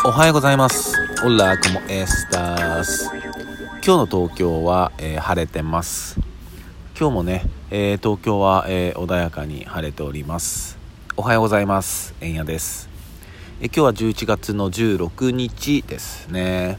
おはようございます。オラコモエスタス。今日の東京は、晴れてます。今日もね、東京は、穏やかに晴れております。おはようございます。えんやです。今日は11月の16日ですね。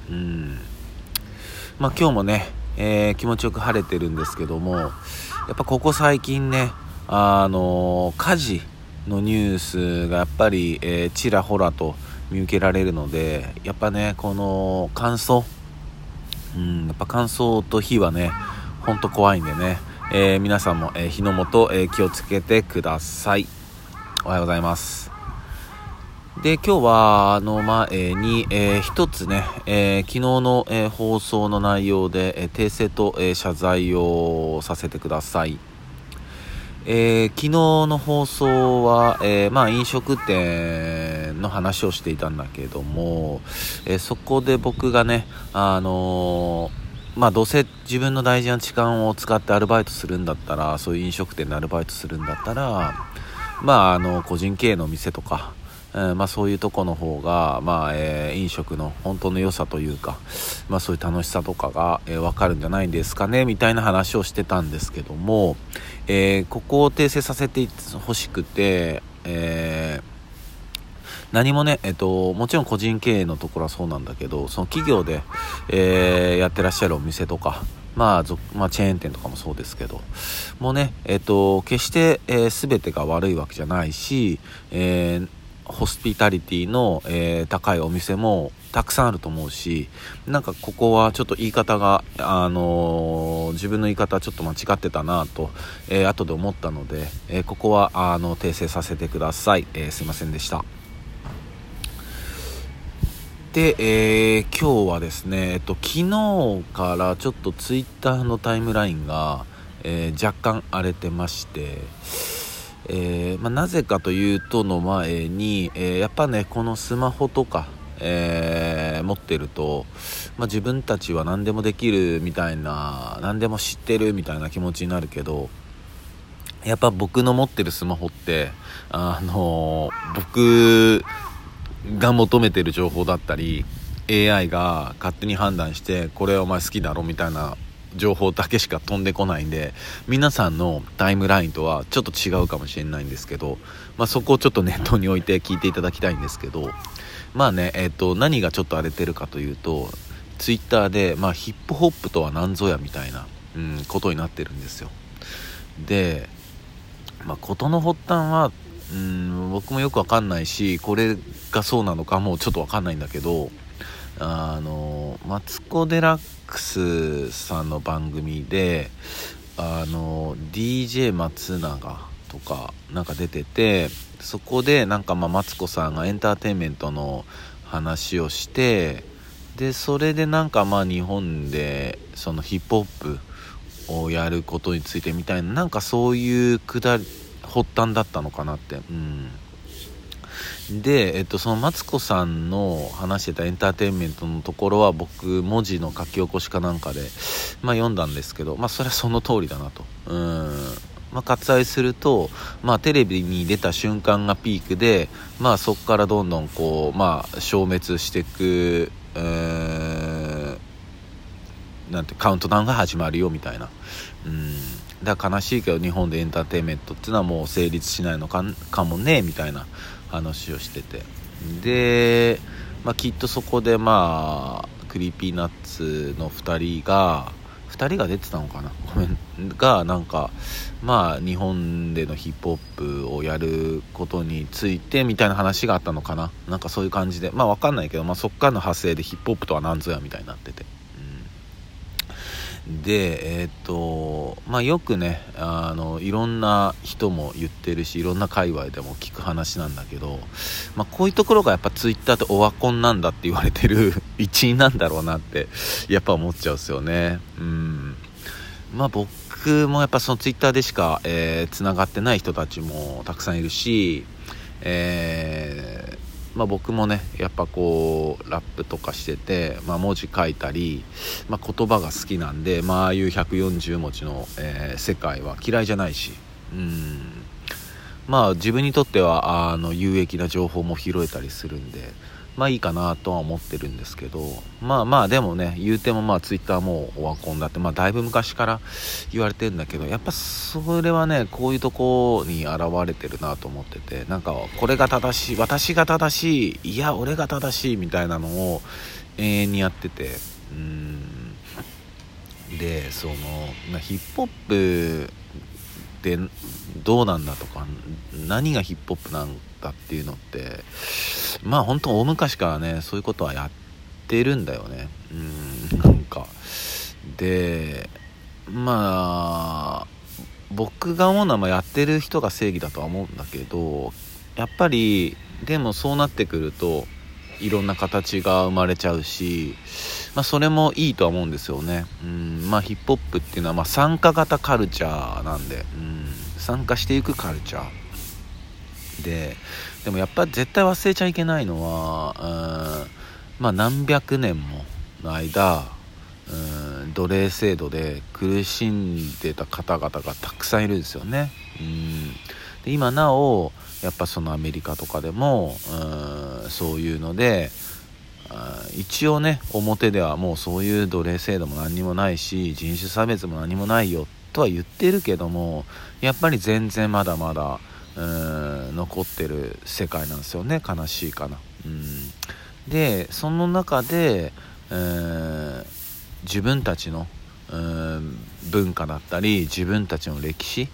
今日もね、気持ちよく晴れてるんですけども、やっぱここ最近ね、火事のニュースがやっぱり、ちらほらと見受けられるので、やっぱねこの乾燥、やっぱ乾燥と火はねほんと怖いんでね、皆さんも、火の元、気をつけてください。おはようございます。で今日は前に、一つね、昨日の、放送の内容で、訂正と、謝罪をさせてください。昨日の放送は、飲食店の話をしていたんだけども、そこで僕がね、どうせ自分の大事な時間を使ってアルバイトするんだったら、そういう飲食店でアルバイトするんだったら、個人経営の店とか、そういうとこの方が、飲食の本当の良さというか、そういう楽しさとかが、分かるんじゃないんですかねみたいな話をしてたんですけども、ここを訂正させてほしくて、何もね、もちろん個人経営のところはそうなんだけど、その企業で、やってらっしゃるお店とか、チェーン店とかもそうですけどもうね、決して、全てが悪いわけじゃないし、ホスピタリティの、高いお店もたくさんあると思うし、なんかここはちょっと言い方が、自分の言い方ちょっと間違ってたなと、後で思ったので、ここは訂正させてください。すいませんでした。で、今日はですね、昨日からちょっとツイッターのタイムラインが、若干荒れてまして、なぜかというとの前に、やっぱねこのスマホとか、持ってると、自分たちは何でもできるみたいな、何でも知ってるみたいな気持ちになるけど、やっぱ僕の持ってるスマホって僕が求めてる情報だったり AI が勝手に判断してこれお前好きだろみたいな情報だけしか飛んでこないんで、皆さんのタイムラインとはちょっと違うかもしれないんですけど、そこをちょっと念頭に置いて聞いていただきたいんですけど、何がちょっと荒れてるかというと、ツイッターで、ヒップホップとは何ぞやみたいな、ことになってるんですよ。で、事の発端は僕もよくわかんないし、これがそうなのかもちょっとわかんないんだけど、マツコ・デラックスさんの番組でDJ 松永とかなんか出てて、そこでマツコさんがエンターテインメントの話をして、でそれで日本でそのヒップホップをやることについてみたいな、そういう発端だったのかなって。で、そのマツコさんの話してたエンターテインメントのところは僕文字の書き起こしかなんかで、読んだんですけど、それはその通りだなと。割愛すると、テレビに出た瞬間がピークで、そこからどんどんこう、消滅していく、カウントダウンが始まるよみたいな。だから悲しいけど日本でエンターテインメントっていうのはもう成立しないのかもねみたいな話をしてて、で、きっとそこでクリーピーナッツの2人が出てたのかな、が日本でのヒップホップをやることについてみたいな話があったのかな、そういう感じで、わかんないけど、そっからの派生でヒップホップとは何ぞやみたいになってて、でよくねいろんな人も言ってるし、いろんな界隈でも聞く話なんだけど、こういうところがやっぱツイッターってオワコンなんだって言われてる一因なんだろうなってやっぱ思っちゃうんですよね。僕もやっぱそのツイッターでしかつながってない人たちもたくさんいるし、僕もねやっぱこうラップとかしてて、文字書いたり、言葉が好きなんで、ああいう140文字の、世界は嫌いじゃないし、自分にとっては有益な情報も拾えたりするんで、 まあいいかなとは思ってるんですけど、まあまあでもね、言うてもまあツイッターもオワコンだって、まあだいぶ昔から言われてるんだけど、やっぱそれはね、こういうとこに現れてるなと思ってて、なんかこれが正しい、私が正しい、いや俺が正しいみたいなのを永遠にやってて、でそのヒップホップでどうなんだとか、何がヒップホップなんだっていうのって、まあ本当大昔からねそういうことはやってるんだよね。なんかで、まあ僕が思うのは、まあやってる人が正義だとは思うんだけど、やっぱりでもそうなってくるといろんな形が生まれちゃうし、まあそれもいいとは思うんですよね。まあヒップホップっていうのはまあ参加型カルチャーなんで、参加していくカルチャーでもやっぱり絶対忘れちゃいけないのは、まあ何百年もの間奴隷制度で苦しんでた方々がたくさんいるんですよね。で今なおやっぱそのアメリカとかでもそういうので、一応ね表ではもうそういう奴隷制度も何にもないし人種差別も何もないよとは言ってるけども、やっぱり全然まだまだ残ってる世界なんですよね。悲しいかな。でその中で、自分たちの文化だったり自分たちの歴史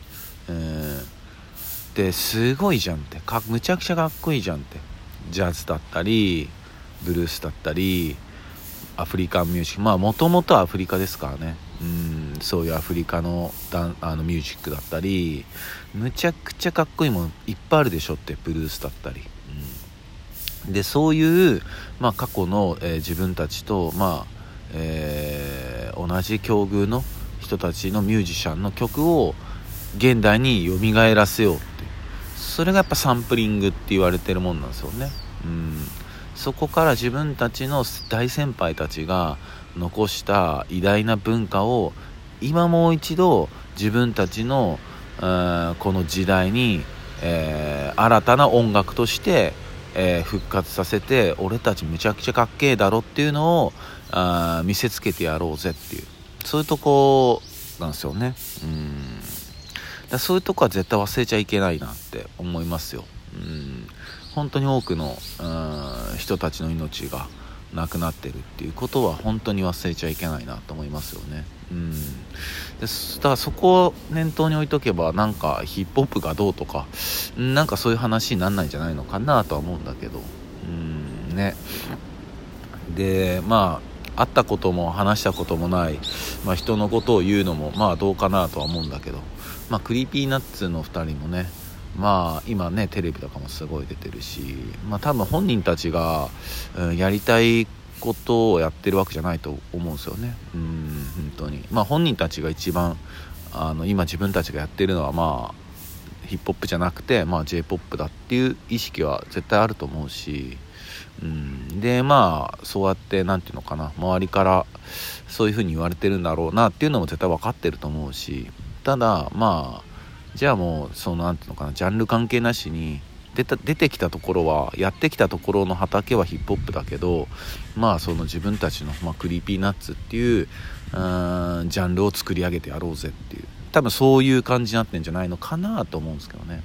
ですごいじゃんって、むちゃくちゃかっこいいじゃんって、ジャズだったりブルースだったりアフリカンミュージック、まあもともとはアフリカですからね。そういうアフリカのミュージックだったり、むちゃくちゃかっこいいものいっぱいあるでしょって、ブルースだったり、でそういう、まあ、過去の、自分たちと、まあ同じ境遇の人たちのミュージシャンの曲を現代に蘇らせようって、それがやっぱサンプリングって言われてるもんなんですよね。そこから自分たちの大先輩たちが残した偉大な文化を今もう一度自分たちのこの時代に、新たな音楽として、復活させて、俺たちめちゃくちゃかっけえだろっていうのを見せつけてやろうぜっていう、そういうとこなんですよね。だそういうとこは絶対忘れちゃいけないなって思いますよ。本当に多くの人たちの命がなくなってるっていうことは本当に忘れちゃいけないなと思いますよね。だからそこを念頭に置いとけば、なんかヒップホップがどうとかなんかそういう話になんないんじゃないのかなとは思うんだけどね。でまあ会ったことも話したこともない、まあ、人のことを言うのもまあどうかなとは思うんだけど、まあクリーピーナッツの2人もね、まあ今ねテレビとかもすごい出てるし、まあ多分本人たちが、やりたいことをやってるわけじゃないと思うんですよね。本当にまあ本人たちが一番今自分たちがやってるのはまあヒップホップじゃなくて、まあ J-POP だっていう意識は絶対あると思うし、でまあそうやってなんていうのかな、周りからそういう風に言われてるんだろうなっていうのも絶対分かってると思うし、ただまあじゃあもうそのなんていうのかな、ジャンル関係なしに出てきたところは、やってきたところの畑はヒップホップだけど、まあその自分たちの、まあ、クリーピーナッツっていうジャンルを作り上げてやろうぜっていう、多分そういう感じになってんじゃないのかなと思うんですけどね。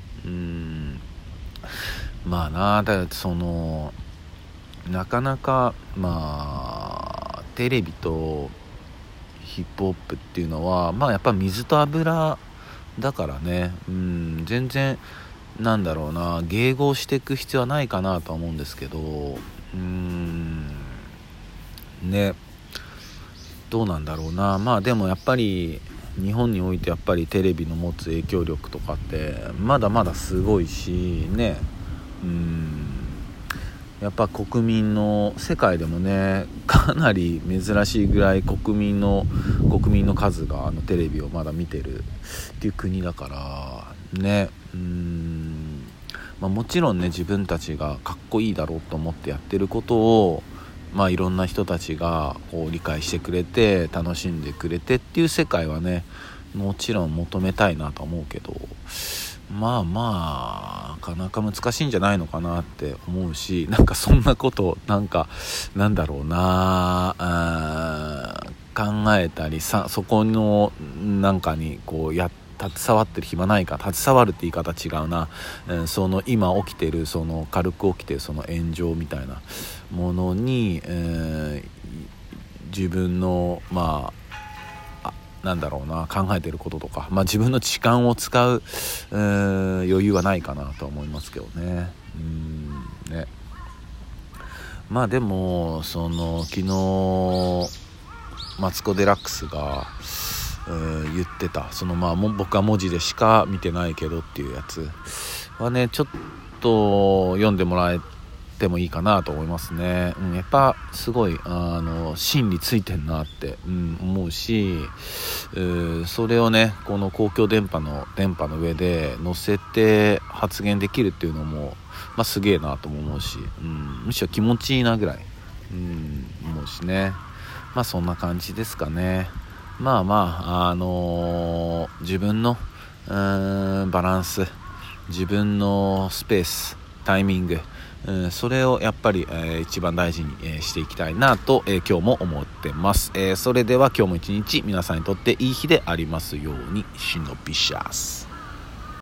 まあな、だからそのなかなかまあテレビとヒップホップっていうのはまあやっぱ水と油だからね、全然なんだろうな、迎合していく必要はないかなとは思うんですけど、ね、どうなんだろうな。まあでもやっぱり日本においてやっぱりテレビの持つ影響力とかってまだまだすごいしね。やっぱ国民の世界でもねかなり珍しいぐらい国民の数がテレビをまだ見てるっていう国だからね。まあ、もちろんね自分たちがかっこいいだろうと思ってやってることをまあいろんな人たちがこう理解してくれて楽しんでくれてっていう世界はねもちろん求めたいなと思うけど、 なかなか難しいんじゃないのかなって思うし、なんかそんなことなんだろうな考えたりそこのなんかにこう携わってる暇ないか、携わるって言い方違うな、その今起きてるその軽く起きてるその炎上みたいなものに、自分のなんだろうな考えてることとか、自分の時間を使う、余裕はないかなと思いますけどね。ね、でもその昨日マツコ・デラックスが、言ってたその僕は文字でしか見てないけどっていうやつはね、ちょっと読んでもらえてもいいかなと思いますね。やっぱすごい真理ついてんなって、思うし、それをねこの公共電波の上で載せて発言できるっていうのも、すげえなとも思うし、むしろ気持ちいいなぐらい、思うしね。そんな感じですかね。自分のバランス、自分のスペース、タイミング、それをやっぱり、一番大事に、していきたいなと、今日も思ってます。それでは今日も一日皆さんにとっていい日でありますように。シノビシャス。